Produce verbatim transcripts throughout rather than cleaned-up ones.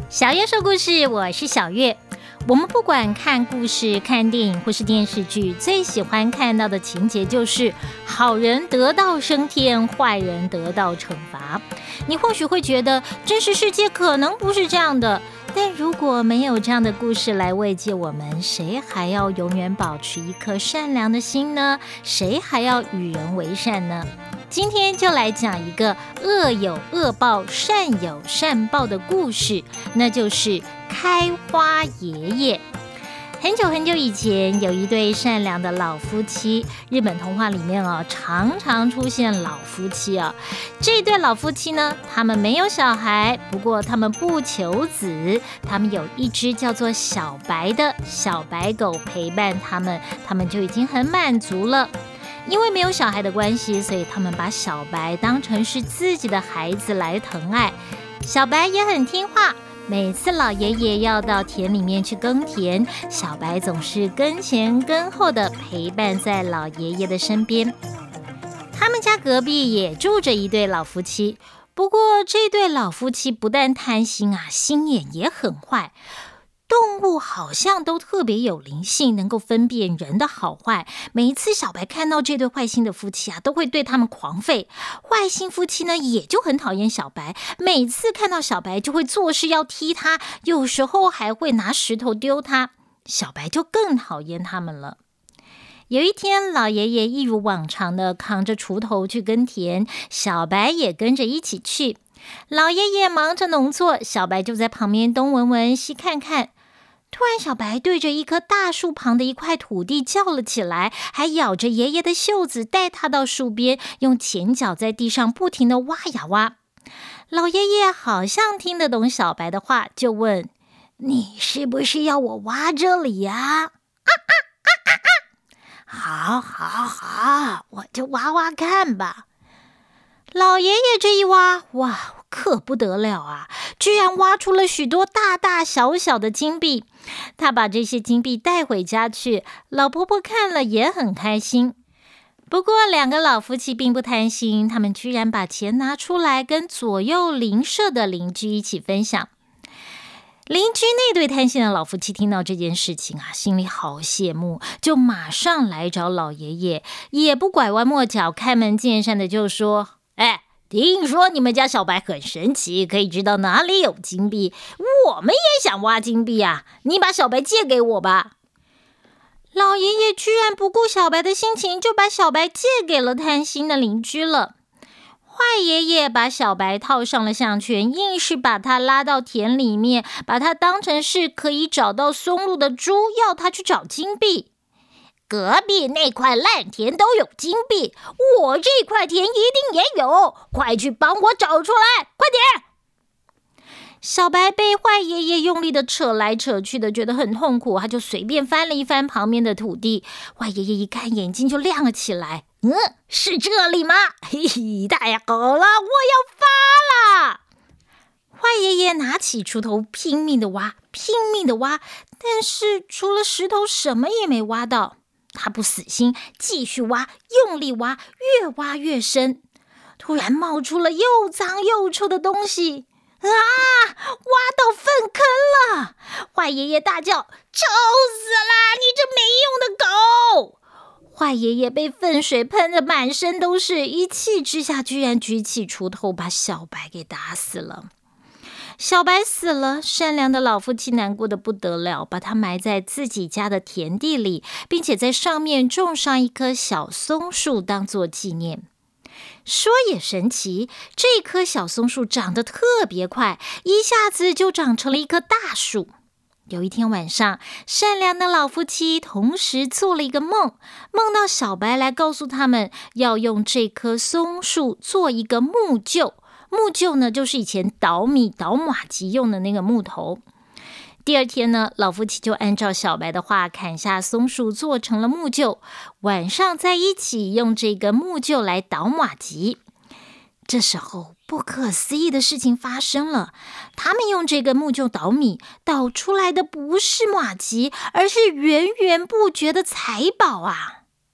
小月说故事，我是小月。我们不管看故事、看电影或是电视剧，最喜欢看到的情节就是好人得道升天，坏人得到惩罚。你或许会觉得真实世界可能不是这样的，但如果没有这样的故事来慰藉我们，谁还要永远保持一颗善良的心呢？谁还要与人为善呢？今天就来讲一个恶有恶报，善有善报的故事，那就是开花爷爷。很久很久以前，有一对善良的老夫妻。日本童话里面哦，常常出现老夫妻啊。这对老夫妻呢，他们没有小孩，不过他们不求子，他们有一只叫做小白的小白狗陪伴他们，他们就已经很满足了。因为没有小孩的关系，所以他们把小白当成是自己的孩子来疼爱。小白也很听话，每次老爷爷要到田里面去耕田，小白总是跟前跟后的陪伴在老爷爷的身边。他们家隔壁也住着一对老夫妻，不过这对老夫妻不但贪心啊，心眼也很坏。动物好像都特别有灵性，能够分辨人的好坏。每一次小白看到这对坏心的夫妻啊，都会对他们狂吠。坏心夫妻呢，也就很讨厌小白，每次看到小白就会做事要踢他，有时候还会拿石头丢他。小白就更讨厌他们了。有一天，老爷爷一如往常的扛着锄头去耕田，小白也跟着一起去。老爷爷忙着农作，小白就在旁边东闻闻西看看。突然，小白对着一棵大树旁的一块土地叫了起来，还咬着爷爷的袖子，带他到树边，用前脚在地上不停地挖呀挖。老爷爷好像听得懂小白的话，就问：“你是不是要我挖这里呀？”啊啊啊啊啊！好，好，好，我就挖挖看吧。老爷爷这一挖，哇，可不得了啊！居然挖出了许多大大小小的金币。他把这些金币带回家去，老婆婆看了也很开心。不过两个老夫妻并不贪心，他们居然把钱拿出来跟左右邻舍的邻居一起分享。邻居那对贪心的老夫妻听到这件事情啊，心里好羡慕，就马上来找老爷爷，也不拐弯抹角，开门见山的就说：“哎，听说你们家小白很神奇，可以知道哪里有金币，我们也想挖金币啊！你把小白借给我吧。”老爷爷居然不顾小白的心情，就把小白借给了贪心的邻居了。坏爷爷把小白套上了项圈，硬是把他拉到田里面，把他当成是可以找到松露的猪，要他去找金币。隔壁那块烂田都有金币，我这块田一定也有，快去帮我找出来，快点！小白被坏爷爷用力的扯来扯去的，觉得很痛苦，他就随便翻了一翻旁边的土地。坏爷爷一看，眼睛就亮了起来，嗯，是这里吗？嘿嘿，太好了，我要发了！坏爷爷拿起锄头拼命的挖，拼命的挖，但是除了石头什么也没挖到。他不死心，继续挖，用力挖，越挖越深。突然冒出了又脏又臭的东西，啊！挖到粪坑了！坏爷爷大叫：“臭死啦！你这没用的狗！”坏爷爷被粪水喷得满身都是，一气之下居然举起锄头把小白给打死了。小白死了，善良的老夫妻难过的不得了，把它埋在自己家的田地里，并且在上面种上一棵小松树当作纪念。说也神奇，这棵小松树长得特别快，一下子就长成了一棵大树。有一天晚上，善良的老夫妻同时做了一个梦，梦到小白来告诉他们要用这棵松树做一个木臼。木臼呢，就是以前捣米、捣马吉用的那个木头。第二天呢，老夫妻就按照小白的话砍下松树，做成了木臼。晚上在一起用这个木臼来捣马吉。这时候，不可思议的事情发生了。他们用这个木臼捣米，捣出来的不是马吉，而是源源不绝的财宝啊！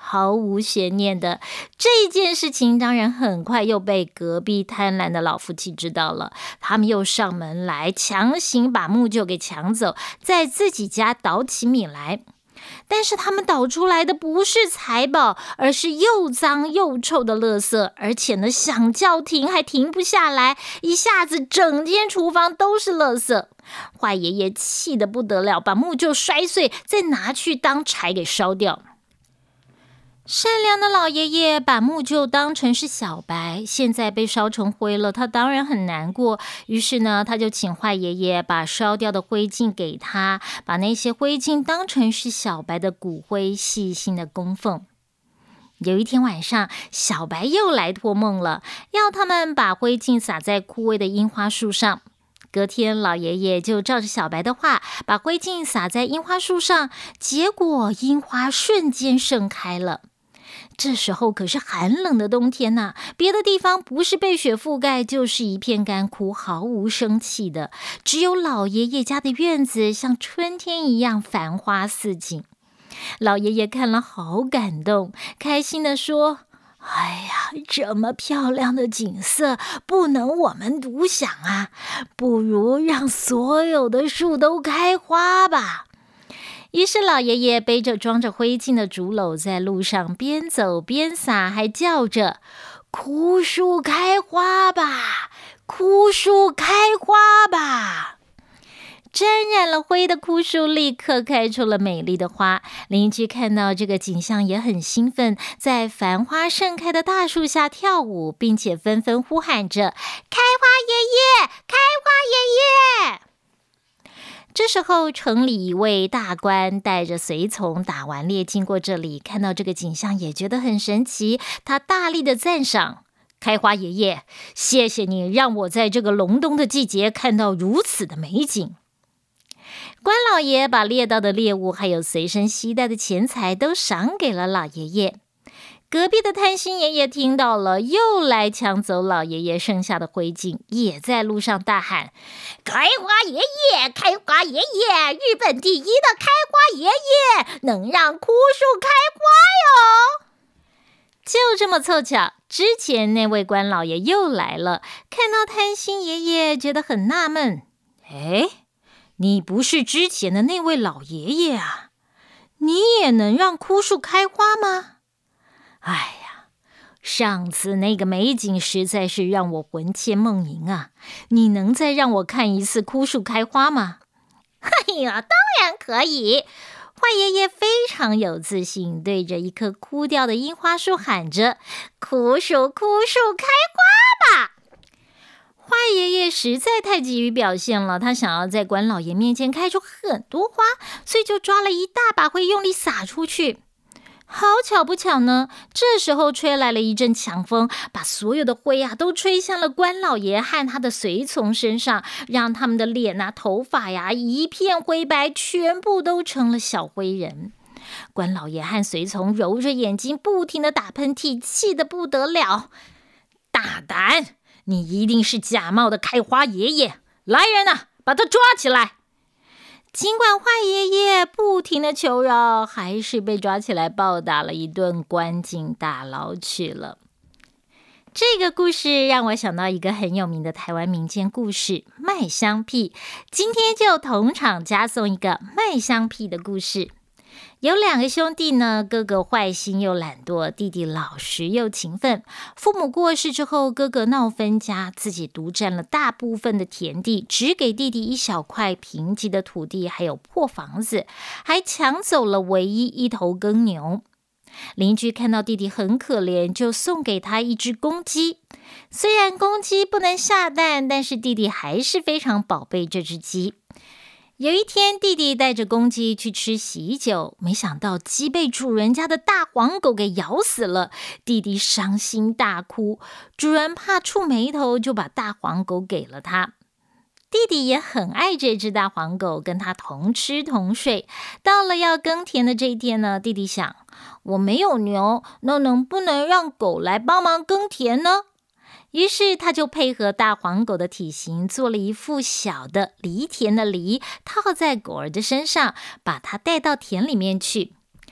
毫无悬念的。这件事情当然很快又被隔壁贪婪的老夫妻知道了，他们又上门来强行把木臼给抢走，在自己家倒起米来。但是他们倒出来的不是财宝，而是又脏又臭的垃圾，而且呢，想叫停还停不下来，一下子整间厨房都是垃圾。坏爷爷气得不得了，把木臼摔碎，再拿去当柴给烧掉。善良的老爷爷把木臼当成是小白，现在被烧成灰了，他当然很难过。于是呢，他就请坏爷爷把烧掉的灰烬给他，把那些灰烬当成是小白的骨灰，细心的供奉。有一天晚上，小白又来托梦了，要他们把灰烬撒在枯萎的樱花树上。隔天，老爷爷就照着小白的话，把灰烬撒在樱花树上，结果樱花瞬间盛开了。这时候可是寒冷的冬天呐、啊，别的地方不是被雪覆盖，就是一片干枯，毫无生气的。只有老爷爷家的院子像春天一样繁花似锦。老爷爷看了好感动，开心地说：哎呀，这么漂亮的景色不能我们独享啊，不如让所有的树都开花吧。于是老爷爷背着装着灰烬的竹篓，在路上边走边撒，还叫着：枯树开花吧，枯树开花吧。沾染了灰的枯树立刻开出了美丽的花，邻居看到这个景象也很兴奋，在繁花盛开的大树下跳舞，并且纷纷呼喊着：开花爷爷，开花爷爷。这时候，城里一位大官带着随从打完猎经过这里，看到这个景象也觉得很神奇，他大力的赞赏：开花爷爷，谢谢你让我在这个隆冬的季节看到如此的美景。关老爷把猎到的猎物还有随身携带的钱财都赏给了老爷爷。隔壁的贪心爷爷听到了，又来抢走老爷爷剩下的灰烬，也在路上大喊：开花爷爷，开花爷爷，日本第一的开花爷爷，能让枯树开花哟！就这么凑巧，之前那位关老爷又来了，看到贪心爷爷觉得很纳闷：哎，你不是之前的那位老爷爷啊？你也能让枯树开花吗？哎呀，上次那个美景实在是让我魂牵梦萦啊！你能再让我看一次枯树开花吗？哎呀，当然可以！坏爷爷非常有自信，对着一棵枯掉的樱花树喊着：枯树，枯树，开花吧！坏爷爷实在太急于表现了，他想要在关老爷面前开出很多花，所以就抓了一大把灰用力撒出去。好巧不巧呢，这时候吹来了一阵强风，把所有的灰啊都吹向了关老爷和他的随从身上，让他们的脸啊、头发呀一片灰白，全部都成了小灰人。关老爷和随从揉着眼睛，不停地打喷嚏，气得不得了。大胆！你一定是假冒的开花爷爷！来人啊，把他抓起来！尽管坏爷爷不停的求饶，还是被抓起来暴打了一顿，关进大牢去了。这个故事让我想到一个很有名的台湾民间故事——卖香屁。今天就同场加送一个卖香屁的故事。有两个兄弟呢，哥哥坏心又懒惰，弟弟老实又勤奋。父母过世之后，哥哥闹分家，自己独占了大部分的田地，只给弟弟一小块贫瘠的土地，还有破房子，还抢走了唯一一头耕牛。邻居看到弟弟很可怜，就送给他一只公鸡。虽然公鸡不能下蛋，但是弟弟还是非常宝贝这只鸡。有一天，弟弟带着公鸡去吃喜酒，没想到鸡被主人家的大黄狗给咬死了。弟弟伤心大哭，主人怕触霉头，就把大黄狗给了他。弟弟也很爱这只大黄狗，跟他同吃同睡。到了要耕田的这一天呢，弟弟想，我没有牛，那能不能让狗来帮忙耕田呢？于是他就配合大黄狗的体型，做了一副小的犁田的犁，套在狗儿的身上，把它带到田里面去。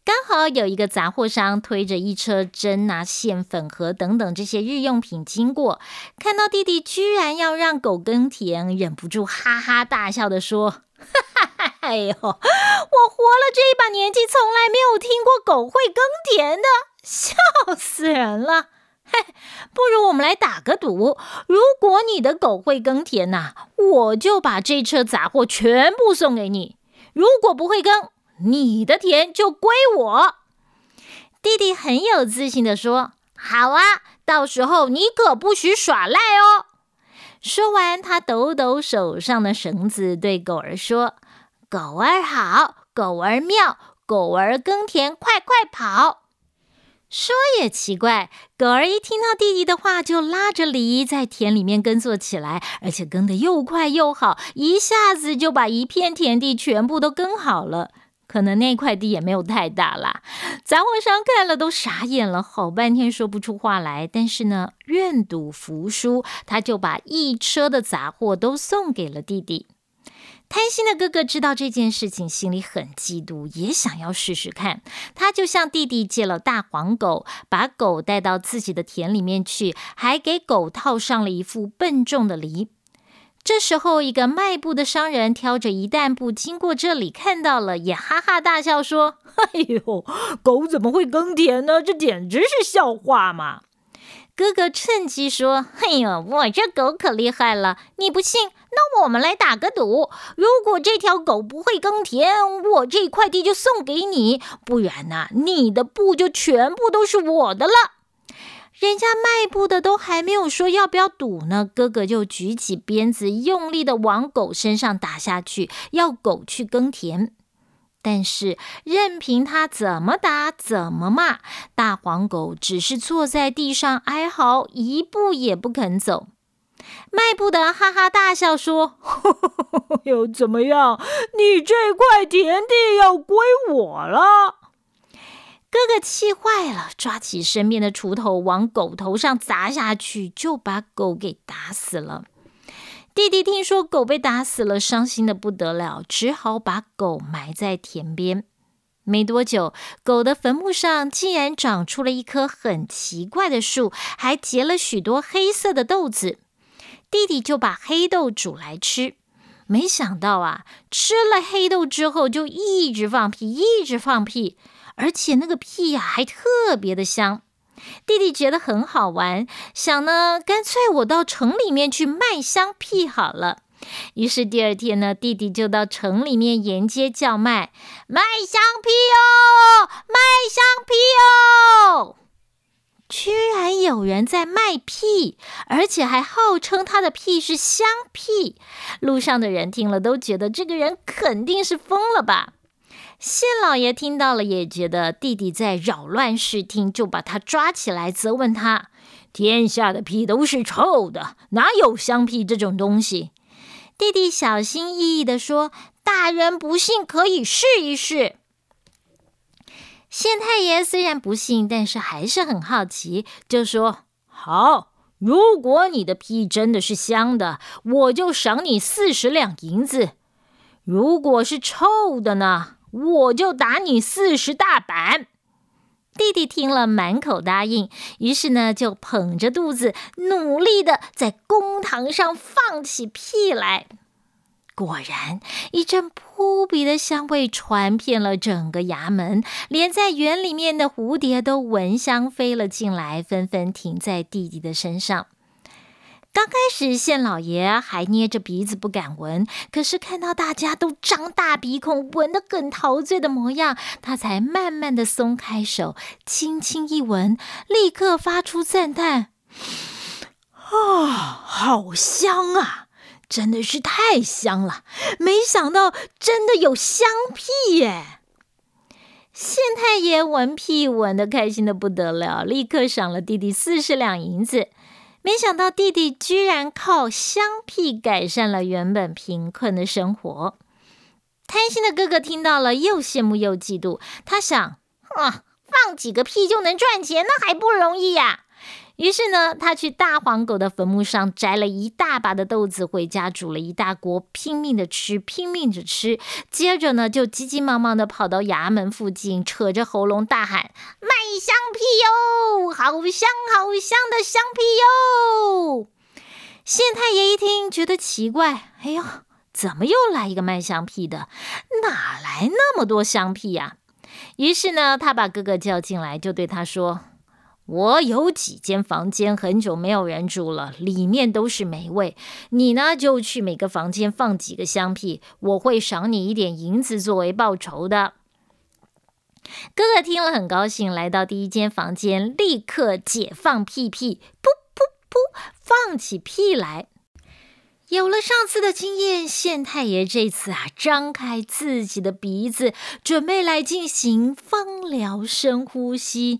刚好有一个杂货商推着一车针啊、线、粉盒等等这些日用品经过，看到弟弟居然要让狗耕田，忍不住哈哈大笑地说：哈哈，哎呦，我活了这一把年纪，从来没有听过狗会耕田的，笑死人了。嘿，不如我们来打个赌，如果你的狗会耕田呐、啊，我就把这车杂货全部送给你；如果不会耕，你的田就归我。弟弟很有自信地说：好啊，到时候你可不许耍赖哦。说完，他抖抖手上的绳子，对狗儿说：狗儿好，狗儿妙，狗儿耕田快快跑。说也奇怪，狗儿一听到弟弟的话，就拉着犁在田里面耕作起来，而且耕得又快又好，一下子就把一片田地全部都耕好了。可能那块地也没有太大啦，杂货商看了都傻眼了，好半天说不出话来。但是呢，愿赌服输，他就把一车的杂货都送给了弟弟。贪心的哥哥知道这件事情，心里很嫉妒，也想要试试看。他就向弟弟借了大黄狗，把狗带到自己的田里面去，还给狗套上了一副笨重的犁。这时候，一个卖布的商人挑着一担布经过这里，看到了，也哈哈大笑说：哎呦，狗怎么会耕田呢？这简直是笑话嘛！哥哥趁机说：哎呦，我这狗可厉害了，你不信？那我们来打个赌，如果这条狗不会耕田，我这块地就送给你，不然啊，你的布就全部都是我的了。人家卖布的都还没有说要不要赌呢，哥哥就举起鞭子，用力的往狗身上打下去，要狗去耕田。但是任凭他怎么打怎么骂，大黄狗只是坐在地上哀嚎，一步也不肯走。卖布的哈哈大笑说：又怎么样，你这块田地要归我了。哥哥气坏了，抓起身边的锄头往狗头上砸下去，就把狗给打死了。弟弟听说狗被打死了，伤心的不得了，只好把狗埋在田边。没多久，狗的坟墓上竟然长出了一棵很奇怪的树，还结了许多黑色的豆子。弟弟就把黑豆煮来吃，没想到啊，吃了黑豆之后就一直放屁，一直放屁，而且那个屁呀、啊、还特别的香。弟弟觉得很好玩，想呢，干脆我到城里面去卖香屁好了。于是第二天呢，弟弟就到城里面沿街叫卖：卖香屁哦，卖香屁哦！居然有人在卖屁，而且还号称他的屁是香屁。路上的人听了都觉得这个人肯定是疯了吧。县老爷听到了，也觉得弟弟在扰乱视听，就把他抓起来责问他：天下的屁都是臭的，哪有香屁这种东西？弟弟小心翼翼地说：大人不信可以试一试。县太爷虽然不信，但是还是很好奇，就说：好，如果你的屁真的是香的，我就赏你四十两银子；如果是臭的呢，我就打你四十大板。弟弟听了满口答应，于是呢就捧着肚子，努力的在公堂上放起屁来。果然，一阵扑鼻的香味传遍了整个衙门，连在园里面的蝴蝶都闻香飞了进来，纷纷停在弟弟的身上。刚开始，县老爷还捏着鼻子不敢闻，可是看到大家都张大鼻孔，闻得很陶醉的模样，他才慢慢的松开手，轻轻一闻，立刻发出赞叹：啊，好香啊！真的是太香了，没想到真的有香屁耶！县太爷闻屁闻得开心的不得了，立刻赏了弟弟四十两银子。没想到弟弟居然靠香屁改善了原本贫困的生活。贪心的哥哥听到了，又羡慕又嫉妒。他想，啊，放几个屁就能赚钱，那还不容易呀！ 于是呢，他去大黄狗的坟墓上摘了一大把的豆子回家，煮了一大锅，拼命的吃，拼命的吃。接着呢，就急急忙忙的跑到衙门附近，扯着喉咙大喊：卖香屁哟，好香好香的香屁哟！县太爷一听觉得奇怪，哎呦，怎么又来一个卖香屁的？哪来那么多香屁呀？于是呢，他把哥哥叫进来，就对他说：我有几间房间很久没有人住了，里面都是霉味。你呢，就去每个房间放几个香屁，我会赏你一点银子作为报酬的。哥哥听了很高兴，来到第一间房间，立刻解放屁屁，噗噗噗，放起屁来。有了上次的经验，县太爷这次啊，张开自己的鼻子，准备来进行芳疗深呼吸。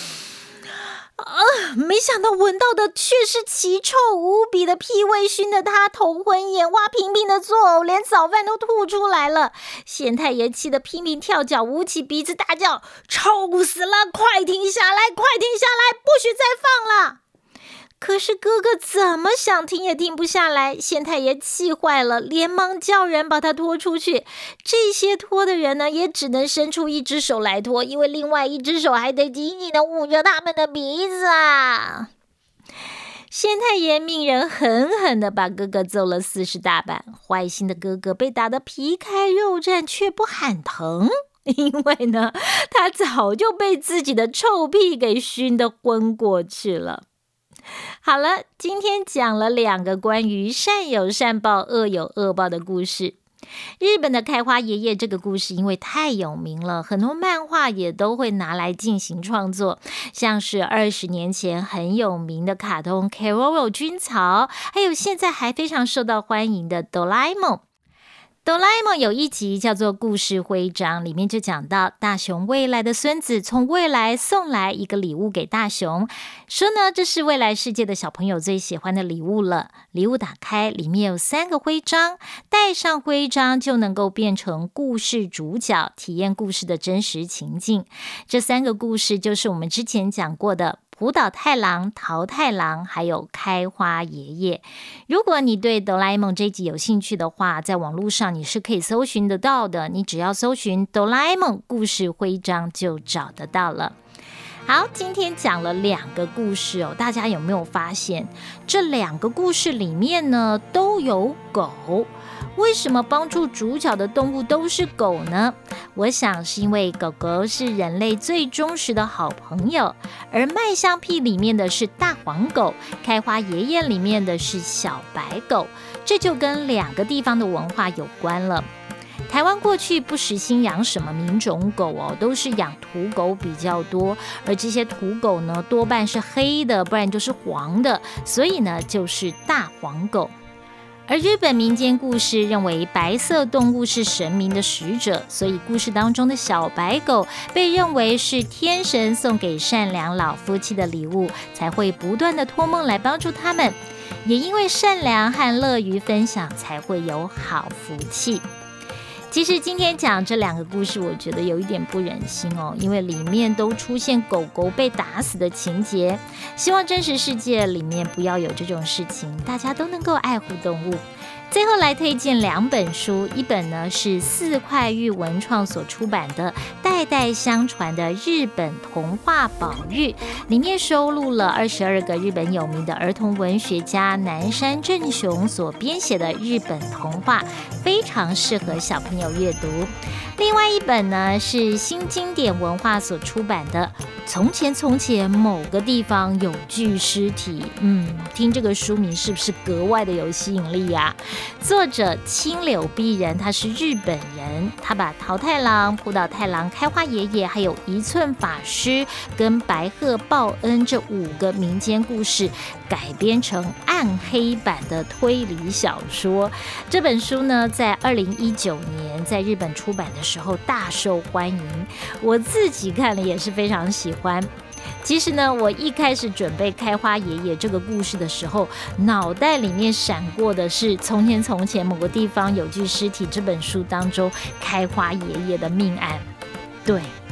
啊！没想到闻到的却是奇臭无比的屁味，熏得他头昏眼花，频频的作呕，连早饭都吐出来了。县太爷气得拼命跳脚，捂起鼻子大叫：臭死了！快停下来，快停下来，不许再放了！可是哥哥怎么想停也停不下来，县太爷气坏了，连忙叫人把他拖出去。这些拖的人呢，也只能伸出一只手来拖，因为另外一只手还得紧紧的捂着他们的鼻子啊。县太爷命人狠狠地把哥哥揍了四十大板，坏心的哥哥被打得皮开肉绽，却不喊疼。因为呢，他早就被自己的臭屁给熏得昏过去了。好了，今天讲了两个关于善有善报、恶有恶报的故事。日本的开花爷爷这个故事因为太有名了，很多漫画也都会拿来进行创作，像是二十年前很有名的卡通 Keroro 军曹，还有现在还非常受到欢迎的哆啦 A 梦。哆啦 A 梦有一集叫做故事徽章，里面就讲到大雄未来的孙子从未来送来一个礼物给大雄，说呢这是未来世界的小朋友最喜欢的礼物了。礼物打开，里面有三个徽章，戴上徽章就能够变成故事主角，体验故事的真实情境。这三个故事就是我们之前讲过的浦岛太郎、桃太郎还有开花爷爷。如果你对哆啦 A 梦这一集有兴趣的话，在网络上你是可以搜寻得到的，你只要搜寻哆啦 A 梦故事徽章就找得到了。好，今天讲了两个故事哦，大家有没有发现这两个故事里面呢都有狗？为什么帮助主角的动物都是狗呢？我想是因为狗狗是人类最忠实的好朋友，而麦香屁里面的是大黄狗，开花爷爷里面的是小白狗，这就跟两个地方的文化有关了。台湾过去不实行养什么名种狗哦，都是养土狗比较多，而这些土狗呢多半是黑的，不然就是黄的，所以呢就是大黄狗。而日本民间故事认为白色动物是神明的使者，所以故事当中的小白狗被认为是天神送给善良老夫妻的礼物，才会不断的托梦来帮助他们。也因为善良和乐于分享，才会有好福气。其实今天讲这两个故事，我觉得有一点不忍心哦，因为里面都出现狗狗被打死的情节。希望真实世界里面不要有这种事情，大家都能够爱护动物。最后来推荐两本书，一本呢是四块玉文创所出版的《代代相传的日本童话宝玉》，里面收录了二十二个日本有名的儿童文学家南山正雄所编写的日本童话，非常适合小朋友阅读。另外一本呢是新经典文化所出版的《从前从前某个地方有具尸体》，嗯，听这个书名是不是格外的有吸引力啊？作者青柳碧人，他是日本人，他把桃太郎、浦岛太郎、开花爷爷还有一寸法师跟白鹤报恩这五个民间故事改编成暗黑版的推理小说。这本书呢在二零一九年在日本出版的时候大受欢迎，我自己看了也是非常喜欢。其实呢，我一开始准备开花爷爷这个故事的时候，脑袋里面闪过的是从前从前某个地方有具尸体这本书当中开花爷爷的命案。对，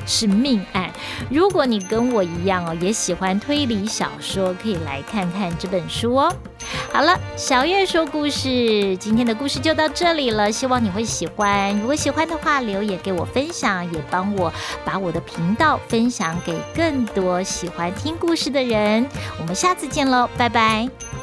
是命案。如果你跟我一样哦，也喜欢推理小说，可以来看看这本书哦。好了，小月说故事，今天的故事就到这里了，希望你会喜欢。如果喜欢的话，留言给我分享，也帮我把我的频道分享给更多喜欢听故事的人。我们下次见喽，拜拜。